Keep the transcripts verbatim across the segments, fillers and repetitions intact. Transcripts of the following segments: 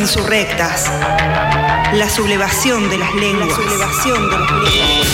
Insurrectas. La sublevación de las lenguas. La sublevación de las lenguas.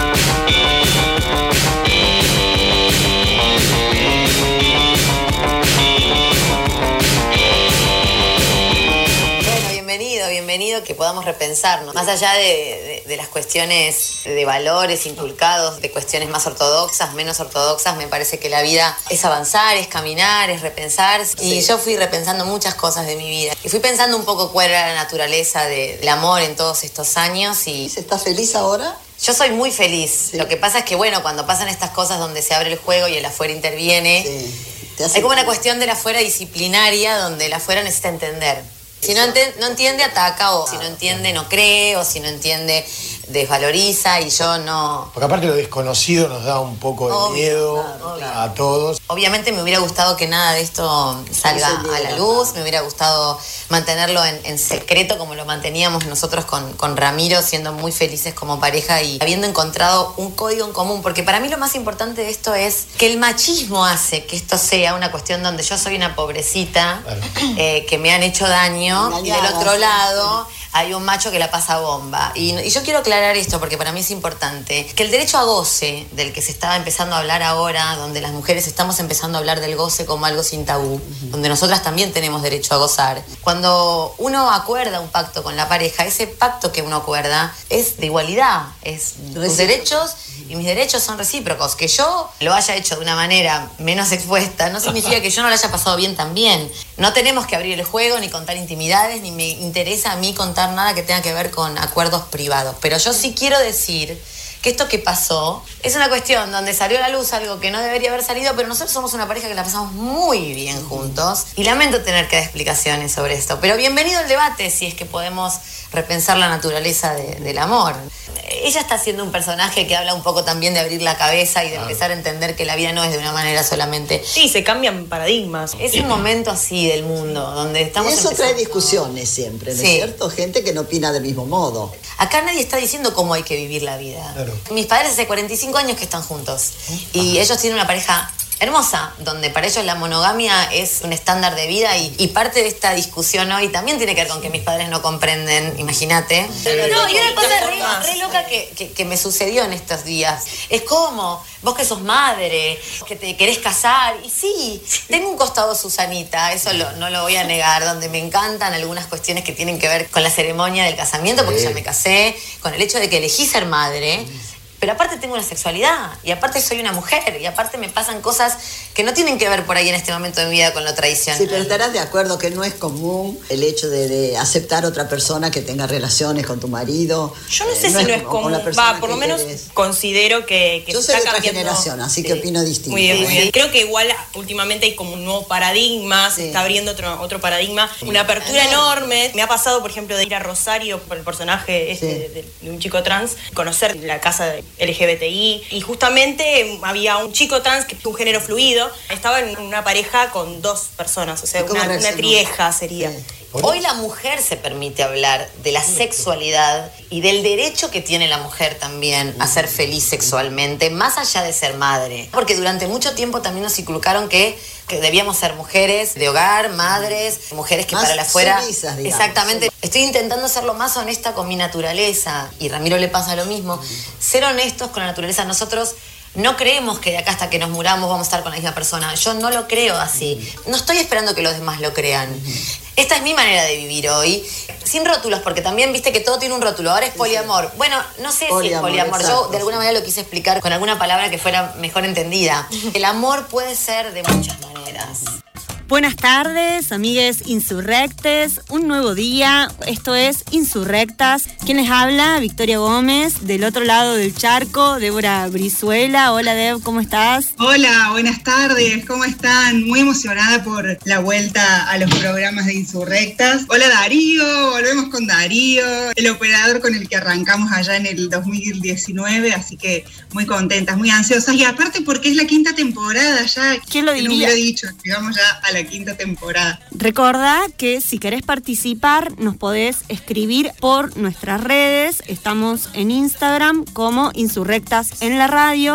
Bienvenido, que podamos repensarnos, más allá de, de, de las cuestiones de valores inculcados, de cuestiones más ortodoxas, menos ortodoxas. Me parece que la vida es avanzar, es caminar, es repensar. Y sí. Yo fui repensando muchas cosas de mi vida. Y fui pensando un poco cuál era la naturaleza de, del amor en todos estos años. Y ¿estás feliz ahora? Yo soy muy feliz. Sí. Lo que pasa es que, bueno, cuando pasan estas cosas donde se abre el juego y el afuera interviene, sí. Hay como una cuestión del afuera disciplinaria donde el afuera necesita entender. Si no, ent- no entiende, ataca, o si no entiende, no cree, o si no entiende, desvaloriza, y yo no... Porque aparte lo desconocido nos da un poco de obvio, miedo claro, claro. a todos. Obviamente me hubiera gustado que nada de esto salga a la luz, me hubiera gustado mantenerlo en, en secreto como lo manteníamos nosotros con, con Ramiro, siendo muy felices como pareja y habiendo encontrado un código en común, porque para mí lo más importante de esto es que el machismo hace que esto sea una cuestión donde yo soy una pobrecita, claro. eh, que me han hecho daño, y del otro lado hay un macho que la pasa bomba. Y, y yo quiero aclarar esto porque para mí es importante, que el derecho a goce, del que se estaba empezando a hablar ahora, donde las mujeres estamos empezando a hablar del goce como algo sin tabú, uh-huh. donde nosotras también tenemos derecho a gozar. Cuando uno acuerda un pacto con la pareja, ese pacto que uno acuerda es de igualdad, es tus derechos y mis derechos son recíprocos. Que yo lo haya hecho de una manera menos expuesta no significa que yo no lo haya pasado bien también. No tenemos que abrir el juego ni contar intimidades, ni me interesa a mí contar nada que tenga que ver con acuerdos privados. Pero yo sí quiero decir que esto que pasó es una cuestión donde salió a la luz algo que no debería haber salido, pero nosotros somos una pareja que la pasamos muy bien juntos y lamento tener que dar explicaciones sobre esto. Pero bienvenido al debate si es que podemos repensar la naturaleza de, del amor. Ella está haciendo un personaje que habla un poco también de abrir la cabeza y de empezar a entender que la vida no es de una manera solamente. Sí, se cambian paradigmas. Es un momento así del mundo donde estamos. Y eso empezando... trae discusiones siempre, ¿no sí. es cierto? Gente que no opina del mismo modo. Acá nadie está diciendo cómo hay que vivir la vida. Claro. Mis padres hace cuarenta y cinco años que están juntos y ellos tienen una pareja hermosa, donde para ellos la monogamia es un estándar de vida y, y parte de esta discusión hoy también tiene que ver con que mis padres no comprenden, imagínate. No, y una cosa re, re loca que, que, que me sucedió en estos días. Es como, vos que sos madre, que te querés casar, y sí, tengo un costado Susanita, eso lo, no lo voy a negar, donde me encantan algunas cuestiones que tienen que ver con la ceremonia del casamiento, porque ya me casé, con el hecho de que elegí ser madre. Pero aparte tengo una sexualidad, y aparte soy una mujer, y aparte me pasan cosas que no tienen que ver por ahí en este momento de mi vida con lo tradicional. Sí, pero estarás de acuerdo que no es común el hecho de, de aceptar otra persona que tenga relaciones con tu marido. Yo no sé eh, no si no es común, va, por lo menos querés. Considero que, que yo se soy está de otra cambiando. generación, así sí. que opino distinto. Muy bien, muy bien. Creo que igual últimamente hay como un nuevo paradigma, se sí. está abriendo otro, otro paradigma, sí. una apertura enorme. Me ha pasado, por ejemplo, de ir a Rosario por el personaje este sí. de, de, de un chico trans, conocer la casa L G B T I, y justamente había un chico trans que es un género fluido, estaba en una pareja con dos personas, o sea, una, una trieja sería. Sí. Hoy la mujer se permite hablar de la sexualidad y del derecho que tiene la mujer también a ser feliz sexualmente, más allá de ser madre. Porque durante mucho tiempo también nos inculcaron que, que debíamos ser mujeres de hogar, madres, mujeres que más para la afuera... Sumisas, digamos. Exactamente. Estoy intentando ser lo más honesta con mi naturaleza, y Ramiro le pasa lo mismo. Ser honestos con la naturaleza. Nosotros no creemos que de acá hasta que nos muramos vamos a estar con la misma persona. Yo no lo creo así. No estoy esperando que los demás lo crean. Esta es mi manera de vivir hoy, sin rótulos, porque también viste que todo tiene un rótulo. Ahora es poliamor. Bueno, no sé poliamor, si es poliamor. Exacto, Yo de alguna manera lo quise explicar con alguna palabra que fuera mejor entendida. El amor puede ser de muchas maneras. Buenas tardes, amigues insurrectes, un nuevo día, esto es Insurrectas. ¿Quién les habla? Victoria Gómez, del otro lado del charco, Débora Brizuela. Hola Deb, ¿cómo estás? Hola, buenas tardes, ¿cómo están? Muy emocionada por la vuelta a los programas de Insurrectas. Hola Darío, volvemos con Darío, el operador con el que arrancamos allá en el dos mil diecinueve, así que muy contentas, muy ansiosas, y aparte porque es la quinta temporada ya. ¿Quién lo diría? No hubiera dicho, llegamos ya a la quinta temporada. Recordá que si querés participar nos podés escribir por nuestras redes. Estamos en Instagram como Insurrectas en la radio,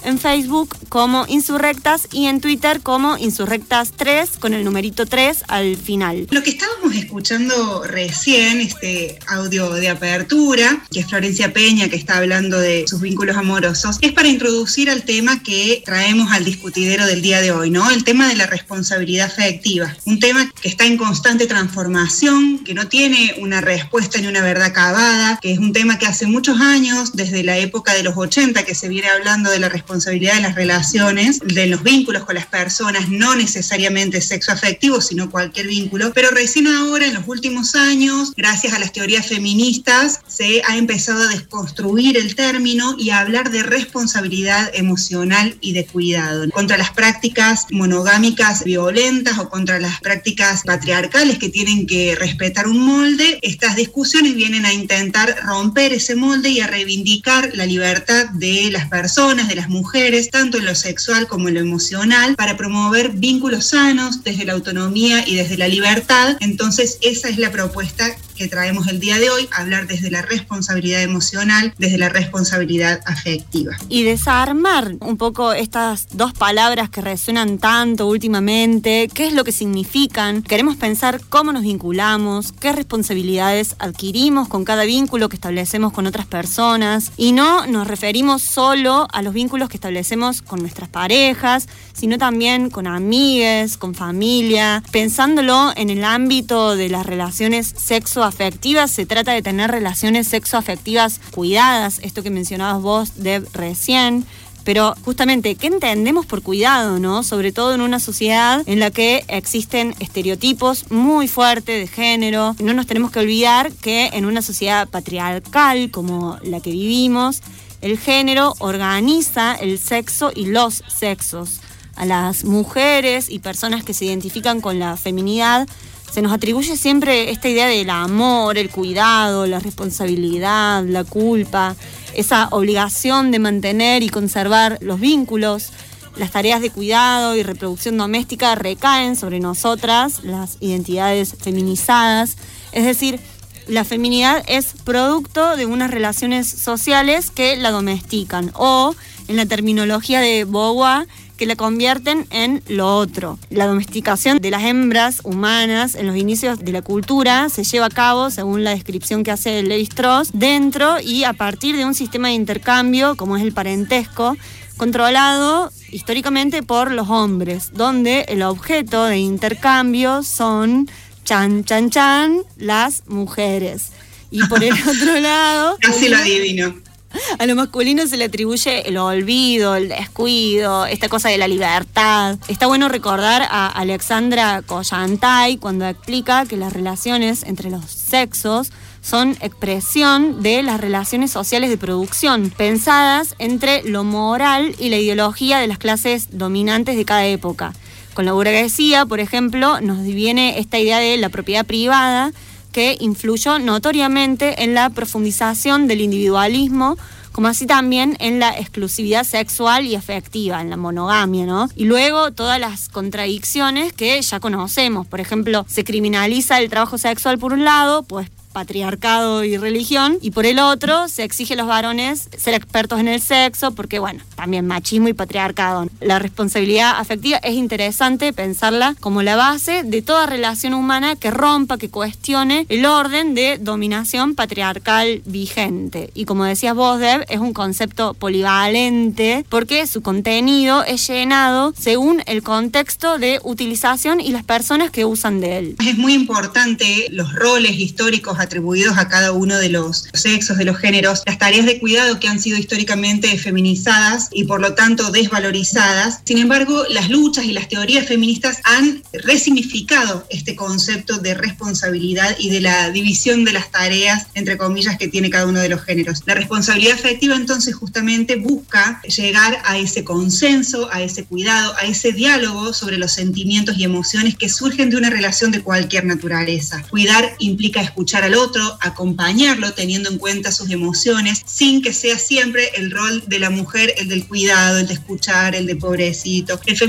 en Facebook como Insurrectas y en Twitter como Insurrectas tres con el numerito tres al final. Lo que estábamos escuchando recién, este audio de apertura, que es Florencia Peña, que está hablando de sus vínculos amorosos, es para introducir al tema que traemos al discutidero del día de hoy, ¿no? El tema de la responsabilidad afectiva. Un tema que está en constante transformación, que no tiene una respuesta ni una verdad acabada, que es un tema que hace muchos años, desde la época de los ochenta, que se viene hablando de la responsabilidad de las relaciones, de los vínculos con las personas, no necesariamente sexoafectivos, sino cualquier vínculo, pero recién ahora, en los últimos años, gracias a las teorías feministas, se ha empezado a desconstruir el término y a hablar de responsabilidad emocional y de cuidado, contra las prácticas monogámicas violentas o contra las prácticas patriarcales que tienen que respetar un molde. Estas discusiones vienen a intentar romper ese molde y a reivindicar la libertad de las personas, de las mujeres, tanto en lo sexual como en lo emocional, para promover vínculos sanos desde la autonomía y desde la libertad. Entonces, esa es la propuesta que traemos el día de hoy, hablar desde la responsabilidad emocional, desde la responsabilidad afectiva. Y desarmar un poco estas dos palabras que resuenan tanto últimamente, qué es lo que significan, queremos pensar cómo nos vinculamos, qué responsabilidades adquirimos con cada vínculo que establecemos con otras personas, y no nos referimos solo a los vínculos que establecemos con nuestras parejas, sino también con amigues, con familia. Pensándolo en el ámbito de las relaciones sexoafectivas, se trata de tener relaciones sexoafectivas cuidadas, esto que mencionabas vos, Deb, recién. Pero justamente, ¿qué entendemos por cuidado, no? Sobre todo en una sociedad en la que existen estereotipos muy fuertes de género. No nos tenemos que olvidar que en una sociedad patriarcal como la que vivimos, el género organiza el sexo y los sexos. A las mujeres y personas que se identifican con la feminidad se nos atribuye siempre esta idea del amor, el cuidado, la responsabilidad, la culpa, esa obligación de mantener y conservar los vínculos. Las tareas de cuidado y reproducción doméstica recaen sobre nosotras, las identidades feminizadas. Es decir, la feminidad es producto de unas relaciones sociales que la domestican, o, en la terminología de Beauvoir, que la convierten en lo otro. La domesticación de las hembras humanas en los inicios de la cultura se lleva a cabo, según la descripción que hace Lévi-Strauss, dentro y a partir de un sistema de intercambio, como es el parentesco, controlado históricamente por los hombres, donde el objeto de intercambio son, chan, chan, chan, las mujeres. Y por el otro lado... Casi lo adivino. A lo masculino se le atribuye el olvido, el descuido, esta cosa de la libertad. Está bueno recordar a Alexandra Kollontai cuando explica que las relaciones entre los sexos son expresión de las relaciones sociales de producción, pensadas entre lo moral y la ideología de las clases dominantes de cada época. Con la burguesía, por ejemplo, nos viene esta idea de la propiedad privada, que influyó notoriamente en la profundización del individualismo, como así también en la exclusividad sexual y afectiva, en la monogamia, ¿no? Y luego todas las contradicciones que ya conocemos. Por ejemplo, se criminaliza el trabajo sexual por un lado, pues patriarcado y religión, y por el otro se exige a los varones ser expertos en el sexo, porque bueno, también machismo y patriarcado. La responsabilidad afectiva es interesante pensarla como la base de toda relación humana que rompa, que cuestione el orden de dominación patriarcal vigente. Y como decías vos, Deb, es un concepto polivalente porque su contenido es llenado según el contexto de utilización y las personas que usan de él. Es muy importante los roles históricos atribuidos a cada uno de los sexos, de los géneros, las tareas de cuidado que han sido históricamente feminizadas y por lo tanto desvalorizadas. Sin embargo, las luchas y las teorías feministas han resignificado este concepto de responsabilidad y de la división de las tareas, entre comillas, que tiene cada uno de los géneros. La responsabilidad afectiva entonces justamente busca llegar a ese consenso, a ese cuidado, a ese diálogo sobre los sentimientos y emociones que surgen de una relación de cualquier naturaleza. Cuidar implica escuchar al otro, acompañarlo teniendo en cuenta sus emociones, sin que sea siempre el rol de la mujer el del cuidado, el de escuchar, el de pobrecito. El feminismo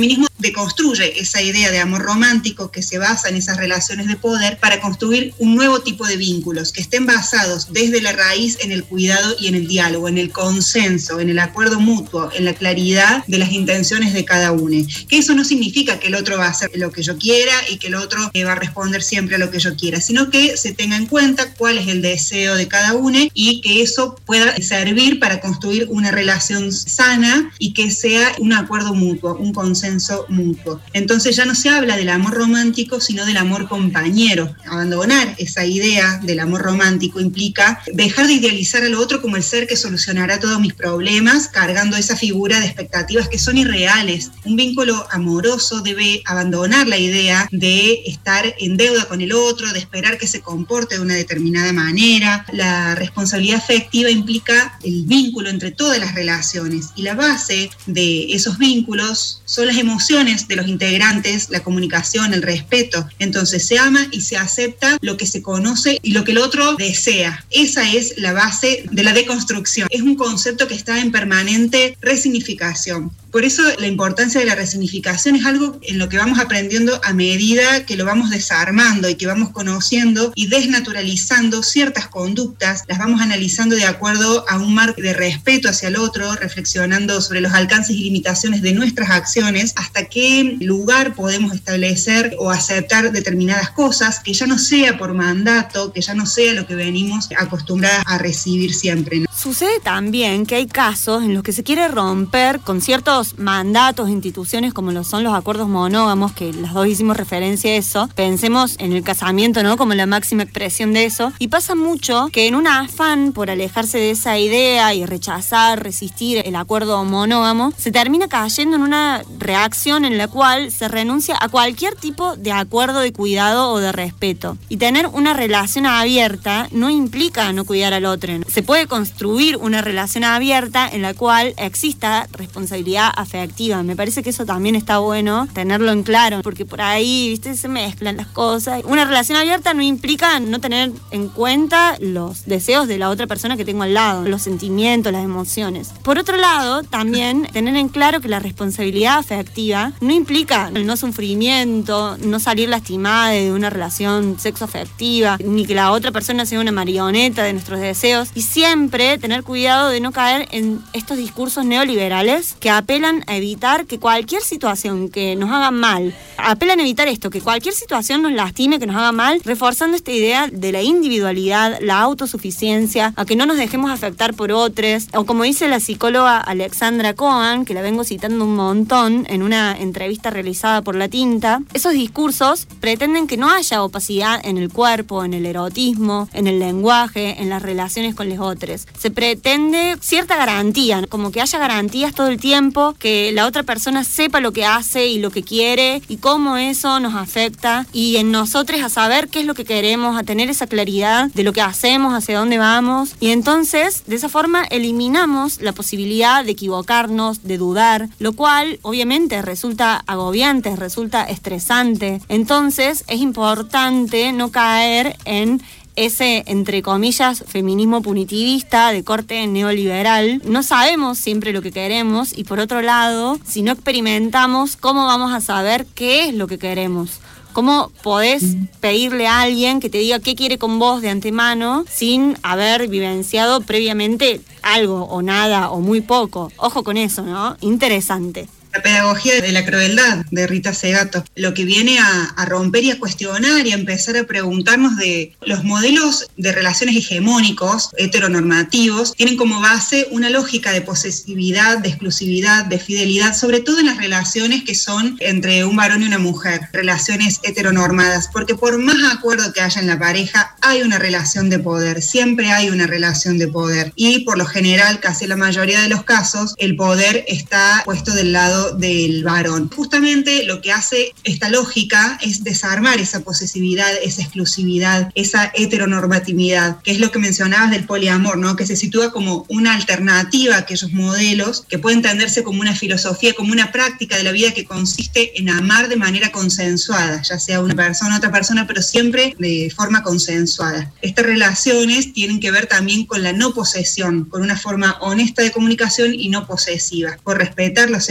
deconstruye esa idea de amor romántico que se basa en esas relaciones de poder para construir un nuevo tipo de vínculos que estén basados desde la raíz en el cuidado y en el diálogo, en el consenso, en el acuerdo mutuo, en la claridad de las intenciones de cada uno. Que eso no significa que el otro va a hacer lo que yo quiera y que el otro va a responder siempre a lo que yo quiera, sino que se tenga en cuenta cuál es el deseo de cada uno y que eso pueda servir para construir una relación sana y que sea un acuerdo mutuo, un consenso mutuo. Entonces ya no se habla del amor romántico, sino del amor compañero. Abandonar esa idea del amor romántico implica dejar de idealizar al otro como el ser que solucionará todos mis problemas, cargando esa figura de expectativas que son irreales. Un vínculo amoroso debe abandonar la idea de estar en deuda con el otro, de esperar que se comporte de una determinada manera. La responsabilidad afectiva implica el vínculo entre todas las relaciones y la base de esos vínculos son las emociones de los integrantes, la comunicación, el respeto. Entonces se ama y se acepta lo que se conoce y lo que el otro desea. Esa es la base de la deconstrucción. Es un concepto que está en permanente resignificación. Por eso la importancia de la resignificación es algo en lo que vamos aprendiendo a medida que lo vamos desarmando y que vamos conociendo y desnaturalizando ciertas conductas, las vamos analizando de acuerdo a un marco de respeto hacia el otro, reflexionando sobre los alcances y limitaciones de nuestras acciones, hasta qué lugar podemos establecer o aceptar determinadas cosas, que ya no sea por mandato, que ya no sea lo que venimos acostumbradas a recibir siempre, ¿no? Sucede también que hay casos en los que se quiere romper con ciertos mandatos, instituciones como lo son los acuerdos monógamos, que las dos hicimos referencia a eso. Pensemos en el casamiento, ¿no? Como la máxima expresión de eso. Y pasa mucho que en un afán por alejarse de esa idea y rechazar, resistir el acuerdo monógamo, se termina cayendo en una reacción en la cual se renuncia a cualquier tipo de acuerdo de cuidado o de respeto. Y tener una relación abierta no implica no cuidar al otro. Se puede construir una relación abierta en la cual exista responsabilidad afectiva. Me parece que eso también está bueno tenerlo en claro, porque por ahí, viste, se mezclan las cosas. Una relación abierta no implica no tener en cuenta los deseos de la otra persona que tengo al lado, los sentimientos, las emociones. Por otro lado, también tener en claro que la responsabilidad afectiva no implica el no sufrimiento, no salir lastimada de una relación sexoafectiva, ni que la otra persona sea una marioneta de nuestros deseos, y siempre tener cuidado de no caer en estos discursos neoliberales que apelan a evitar que cualquier situación que nos haga mal, apelan a evitar esto, que cualquier situación nos lastime, que nos haga mal, reforzando esta idea de la individualidad, la autosuficiencia, a que no nos dejemos afectar por otros, o como dice la psicóloga Alexandra Cohen, que la vengo citando un montón en una entrevista realizada por La Tinta, esos discursos pretenden que no haya opacidad en el cuerpo, en el erotismo, en el lenguaje, en las relaciones con los otros. Se pretende cierta garantía, como que haya garantías todo el tiempo, que la otra persona sepa lo que hace y lo que quiere y cómo eso nos afecta, y en nosotros a saber qué es lo que queremos, a tener esa claridad de lo que hacemos, hacia dónde vamos, y entonces de esa forma eliminamos la posibilidad de equivocarnos, de dudar, lo cual obviamente resulta agobiante, resulta estresante. Entonces es importante no caer en ese, entre comillas, feminismo punitivista de corte neoliberal. No sabemos siempre lo que queremos, y por otro lado, si no experimentamos, ¿cómo vamos a saber qué es lo que queremos? ¿Cómo podés pedirle a alguien que te diga qué quiere con vos de antemano sin haber vivenciado previamente algo o nada o muy poco? Ojo con eso, ¿no? Interesante. La pedagogía de la crueldad de Rita Segato, lo que viene a, a romper y a cuestionar y a empezar a preguntarnos de los modelos de relaciones hegemónicos, heteronormativos, tienen como base una lógica de posesividad, de exclusividad, de fidelidad, sobre todo en las relaciones que son entre un varón y una mujer, relaciones heteronormadas, porque por más acuerdo que haya en la pareja, hay una relación de poder, siempre hay una relación de poder, y por lo general, casi la mayoría de los casos, el poder está puesto del lado del varón. Justamente lo que hace esta lógica es desarmar esa posesividad, esa exclusividad, esa heteronormatividad, que es lo que mencionabas del poliamor, ¿no? Que se sitúa como una alternativa a aquellos modelos que puede entenderse como una filosofía, como una práctica de la vida que consiste en amar de manera consensuada, ya sea una persona o otra persona, pero siempre de forma consensuada. Estas relaciones tienen que ver también con la no posesión, con una forma honesta de comunicación y no posesiva, por respetar los sentimientos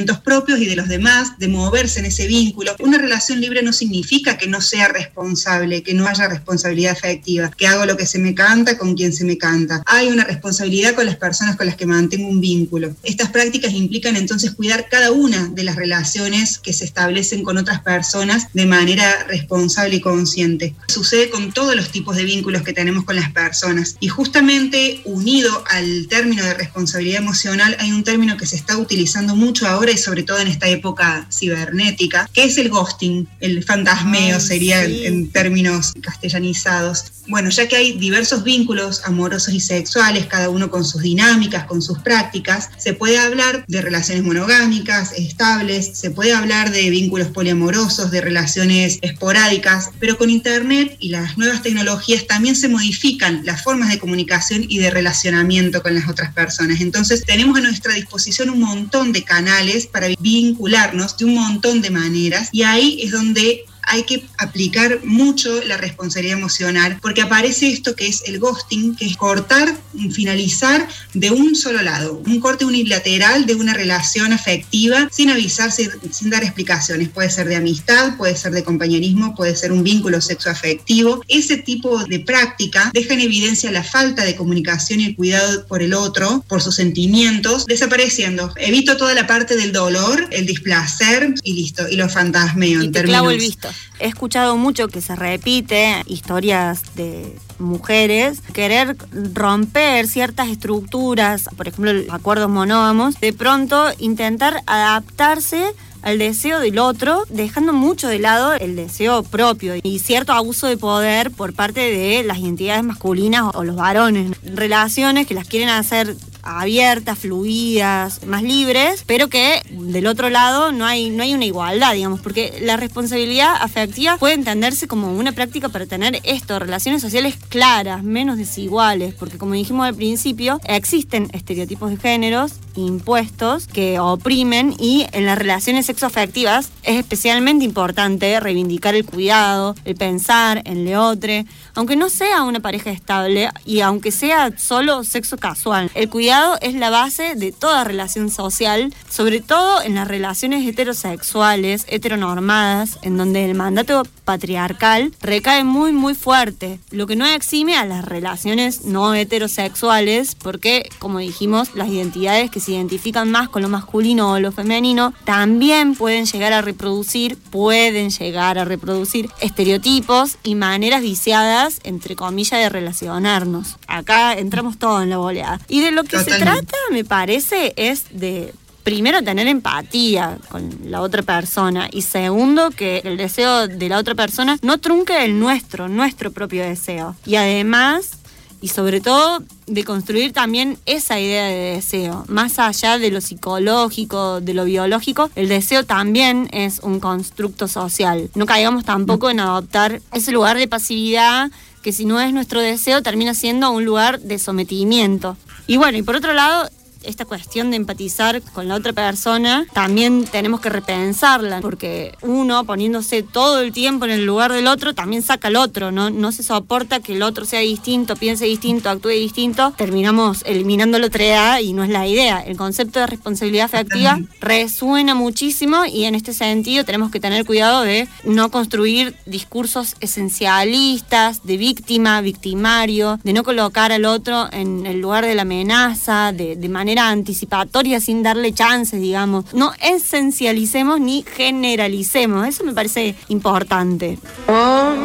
sentimientos propios y de los demás, de moverse en ese vínculo. Una relación libre no significa que no sea responsable, que no haya responsabilidad afectiva, que hago lo que se me canta con quien se me canta. Hay una responsabilidad con las personas con las que mantengo un vínculo. Estas prácticas implican entonces cuidar cada una de las relaciones que se establecen con otras personas de manera responsable y consciente. Sucede con todos los tipos de vínculos que tenemos con las personas. Y justamente unido al término de responsabilidad emocional hay un término que se está utilizando mucho ahora y sobre todo en esta época cibernética, que es el ghosting, el fantasmeo. Ay, sería sí. en términos castellanizados. Bueno, ya que hay diversos vínculos amorosos y sexuales, cada uno con sus dinámicas, con sus prácticas, se puede hablar de relaciones monogámicas, estables, se puede hablar de vínculos poliamorosos, de relaciones esporádicas, pero con Internet y las nuevas tecnologías también se modifican las formas de comunicación y de relacionamiento con las otras personas. Entonces, tenemos a nuestra disposición un montón de canales para vincularnos de un montón de maneras, y ahí es donde hay que aplicar mucho la responsabilidad emocional, porque aparece esto que es el ghosting, que es cortar, finalizar de un solo lado, un corte unilateral de una relación afectiva sin avisar, sin, sin dar explicaciones. Puede ser de amistad, puede ser de compañerismo, puede ser un vínculo sexoafectivo. Ese tipo de práctica deja en evidencia la falta de comunicación y el cuidado por el otro, por sus sentimientos, desapareciendo. Evito toda la parte del dolor, el displacer y listo, y lo fantasmeo en y te términos... clavo el visto. He escuchado mucho que se repite historias de mujeres querer romper ciertas estructuras, por ejemplo, acuerdos monógamos, de pronto intentar adaptarse al deseo del otro, dejando mucho de lado el deseo propio y cierto abuso de poder por parte de las identidades masculinas o los varones. Relaciones que las quieren hacer abiertas, fluidas, más libres, pero que del otro lado no hay, no hay una igualdad, digamos, porque la responsabilidad afectiva puede entenderse como una práctica para tener esto, relaciones sociales claras, menos desiguales, porque como dijimos al principio, existen estereotipos de géneros impuestos que oprimen, y en las relaciones sexoafectivas es especialmente importante reivindicar el cuidado, el pensar en el otro, aunque no sea una pareja estable y aunque sea solo sexo casual. El cuidado es la base de toda relación social, sobre todo en las relaciones heterosexuales, heteronormadas, en donde el mandato patriarcal recae muy muy fuerte, lo que no exime a las relaciones no heterosexuales, porque como dijimos, las identidades que se identifican más con lo masculino o lo femenino también pueden llegar a reproducir, pueden llegar a reproducir estereotipos y maneras viciadas, entre comillas, de relacionarnos. Acá entramos todos en la boleada. Y de lo que Totalmente. se trata, me parece, es de... primero, tener empatía con la otra persona, y segundo, que el deseo de la otra persona no trunque el nuestro, nuestro propio deseo. Y además, y sobre todo, de construir también esa idea de deseo. Más allá de lo psicológico, de lo biológico, el deseo también es un constructo social. No caigamos tampoco en adoptar ese lugar de pasividad que, si no es nuestro deseo, termina siendo un lugar de sometimiento. Y bueno, y por otro lado, esta cuestión de empatizar con la otra persona también tenemos que repensarla, porque uno, poniéndose todo el tiempo en el lugar del otro, también saca al otro, ¿no? No se soporta que el otro sea distinto, piense distinto, actúe distinto, terminamos eliminando la otredad y no es la idea. El concepto de responsabilidad afectiva resuena muchísimo, y en este sentido tenemos que tener cuidado de no construir discursos esencialistas, de víctima, victimario, de no colocar al otro en el lugar de la amenaza, de, de manera anticipatoria, sin darle chances, digamos. No esencialicemos ni generalicemos. Eso me parece importante. Oh.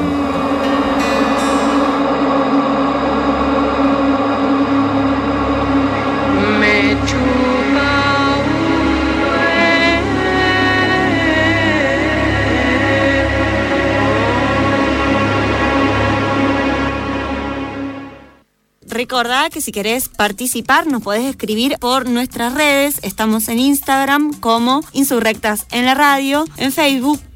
Me chupa Recordá que si querés participar nos podés escribir por nuestras redes. Estamos en Instagram como Insurrectas en la Radio, en Facebook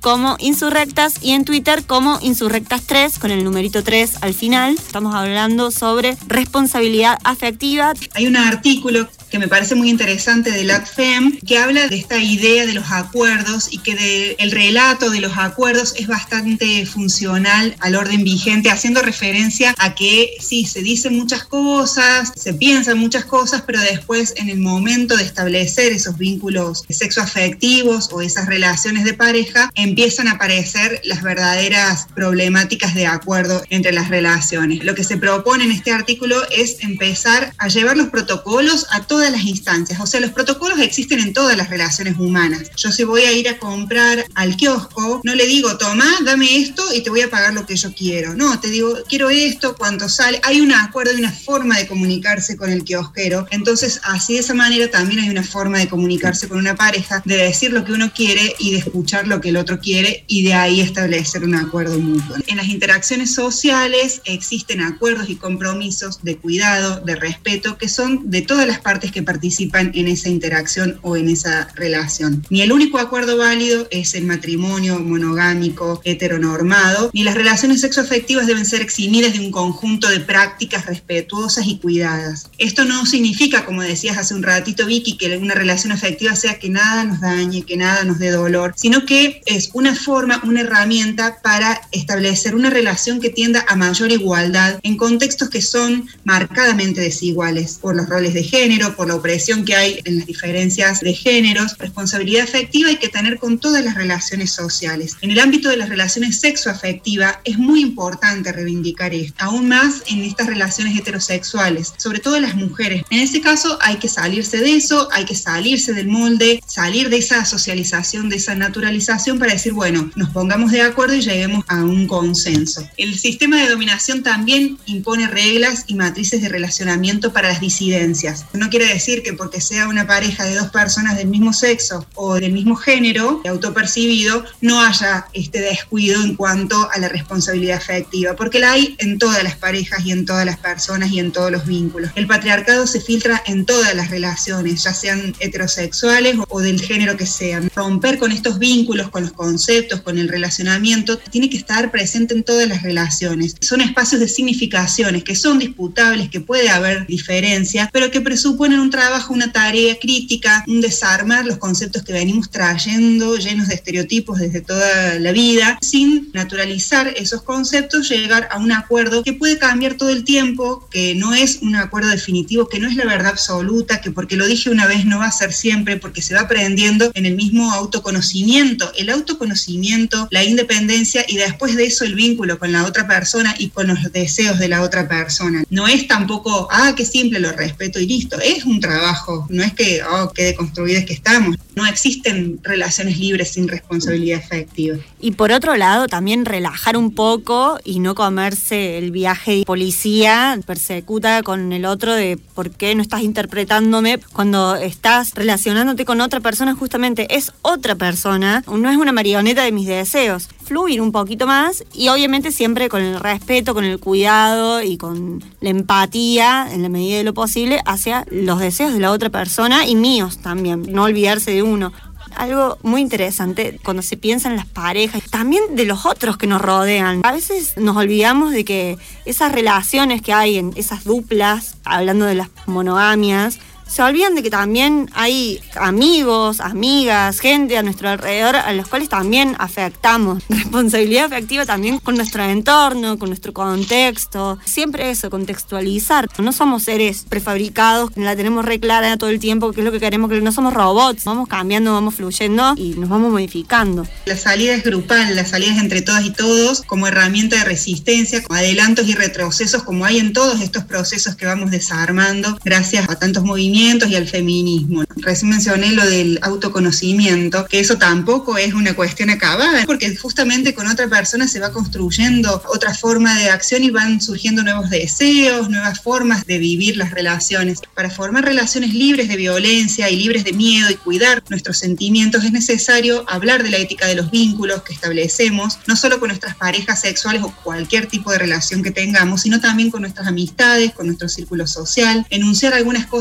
como Insurrectas y en Twitter como Insurrectas tres, con el numerito tres al final. Estamos hablando sobre responsabilidad afectiva. Hay un artículo que me parece muy interesante de la A D F E M, que habla de esta idea de los acuerdos y que de, el relato de los acuerdos es bastante funcional al orden vigente, haciendo referencia a que sí, se dicen muchas cosas, se piensan muchas cosas, pero después en el momento de establecer esos vínculos sexoafectivos o esas relaciones de pareja, empiezan a aparecer las verdaderas problemáticas de acuerdo entre las relaciones. Lo que se propone en este artículo es empezar a llevar los protocolos a todas las instancias, o sea, los protocolos existen en todas las relaciones humanas. Yo si voy a ir a comprar al kiosco, no le digo, toma, dame esto y te voy a pagar lo que yo quiero. No, te digo, quiero esto, cuánto sale. Hay un acuerdo, hay una forma de comunicarse con el kiosquero. Entonces, así de esa manera también hay una forma de comunicarse con una pareja, de decir lo que uno quiere y de escuchar lo que el otro quiere y de ahí establecer un acuerdo mutuo. En las interacciones sociales existen acuerdos y compromisos de cuidado, de respeto, que son de todas las partes que participan en esa interacción o en esa relación. Ni el único acuerdo válido es el matrimonio monogámico heteronormado, ni las relaciones sexoafectivas deben ser eximidas de un conjunto de prácticas respetuosas y cuidadas. Esto no significa, como decías hace un ratito, Vicky, que una relación afectiva sea que nada nos dañe, que nada nos dé dolor, sino que es una forma, una herramienta para establecer una relación que tienda a mayor igualdad en contextos que son marcadamente desiguales por los roles de género, por la opresión que hay en las diferencias de géneros. Responsabilidad afectiva hay que tener con todas las relaciones sociales. En el ámbito de las relaciones sexoafectivas es muy importante reivindicar esto, aún más en estas relaciones heterosexuales, sobre todo las mujeres. En ese caso hay que salirse de eso, hay que salirse del molde, salir de esa socialización, de esa naturalización para decir, bueno, nos pongamos de acuerdo y lleguemos a un consenso. El sistema de dominación también impone reglas y matrices de relacionamiento para las disidencias. No quiere decir que porque sea una pareja de dos personas del mismo sexo o del mismo género autopercibido no haya este descuido en cuanto a la responsabilidad afectiva, porque la hay en todas las parejas y en todas las personas y en todos los vínculos. El patriarcado se filtra en todas las relaciones, ya sean heterosexuales o del género que sean. Romper con estos vínculos, con los conceptos, con el relacionamiento, tiene que estar presente en todas las relaciones. Son espacios de significaciones que son disputables, que puede haber diferencia, pero que presuponen un trabajo, una tarea crítica, un desarmar los conceptos que venimos trayendo llenos de estereotipos desde toda la vida, sin naturalizar esos conceptos, llegar a un acuerdo que puede cambiar todo el tiempo, que no es un acuerdo definitivo, que no es la verdad absoluta, que porque lo dije una vez no va a ser siempre, porque se va aprendiendo en el mismo autoconocimiento. El autoconocimiento, la independencia y después de eso el vínculo con la otra persona y con los deseos de la otra persona. No es tampoco, ah, qué simple, lo respeto y listo. Es un trabajo, no es que, oh, qué deconstruidas que estamos. No existen relaciones libres sin responsabilidad afectiva. Y por otro lado, también relajar un poco y no comerse el viaje de policía, persecuta con el otro de por qué no estás interpretándome cuando estás relacionándote con otra persona, justamente es otra persona, no es una marioneta de mis deseos. Fluir un poquito más y obviamente siempre con el respeto, con el cuidado y con la empatía en la medida de lo posible hacia los deseos de la otra persona y míos también, no olvidarse de uno. Algo muy interesante cuando se piensa en las parejas, también de los otros que nos rodean. A veces nos olvidamos de que esas relaciones que hay en esas duplas, hablando de las monogamias, se olvidan de que también hay amigos, amigas, gente a nuestro alrededor a los cuales también afectamos. Responsabilidad afectiva también con nuestro entorno, con nuestro contexto. Siempre eso, contextualizar. No somos seres prefabricados, la tenemos re clara todo el tiempo, que es lo que queremos, que no somos robots. Vamos cambiando, vamos fluyendo y nos vamos modificando. La salida es grupal, la salida es entre todas y todos como herramienta de resistencia, como adelantos y retrocesos como hay en todos estos procesos que vamos desarmando gracias a tantos movimientos y al feminismo. Recién mencioné lo del autoconocimiento, que eso tampoco es una cuestión acabada, porque justamente con otra persona se va construyendo otra forma de acción y van surgiendo nuevos deseos, nuevas formas de vivir las relaciones. Para formar relaciones libres de violencia y libres de miedo y cuidar nuestros sentimientos es necesario hablar de la ética de los vínculos que establecemos, no solo con nuestras parejas sexuales o cualquier tipo de relación que tengamos, sino también con nuestras amistades, con nuestro círculo social, enunciar algunas cosas que hemos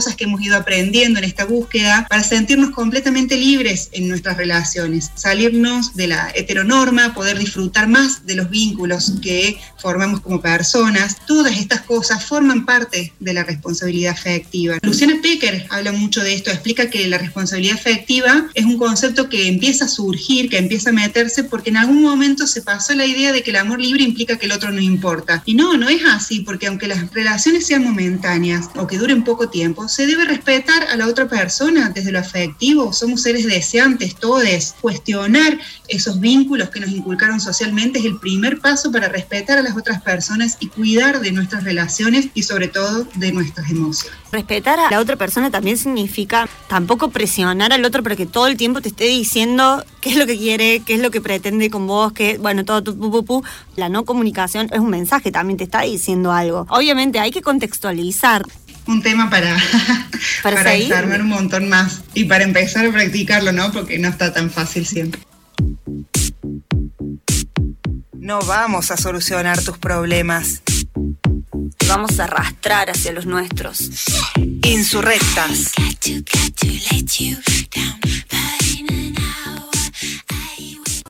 ido aprendiendo en esta búsqueda para sentirnos completamente libres en nuestras relaciones, salirnos de la heteronorma, poder disfrutar más de los vínculos que formamos como personas. Todas estas cosas forman parte de la responsabilidad afectiva. Luciana Pecker habla mucho de esto, explica que la responsabilidad afectiva es un concepto que empieza a surgir, que empieza a meterse porque en algún momento se pasó la idea de que el amor libre implica que el otro no importa. Y no, no es así, porque aunque las relaciones sean momentáneas o que duren poco tiempo, se debe respetar a la otra persona desde lo afectivo. Somos seres deseantes, todes. Cuestionar esos vínculos que nos inculcaron socialmente es el primer paso para respetar a las otras personas y cuidar de nuestras relaciones y sobre todo de nuestras emociones. Respetar a la otra persona también significa tampoco presionar al otro para que todo el tiempo te esté diciendo qué es lo que quiere, qué es lo que pretende con vos, que bueno, todo tu pu, pu, pu. La no comunicación es un mensaje, también te está diciendo algo. Obviamente hay que contextualizar. Un tema para, para, para desarmar un montón más y para empezar a practicarlo, ¿no? Porque no está tan fácil siempre. No vamos a solucionar tus problemas. Te vamos a arrastrar hacia los nuestros. Insurrectas.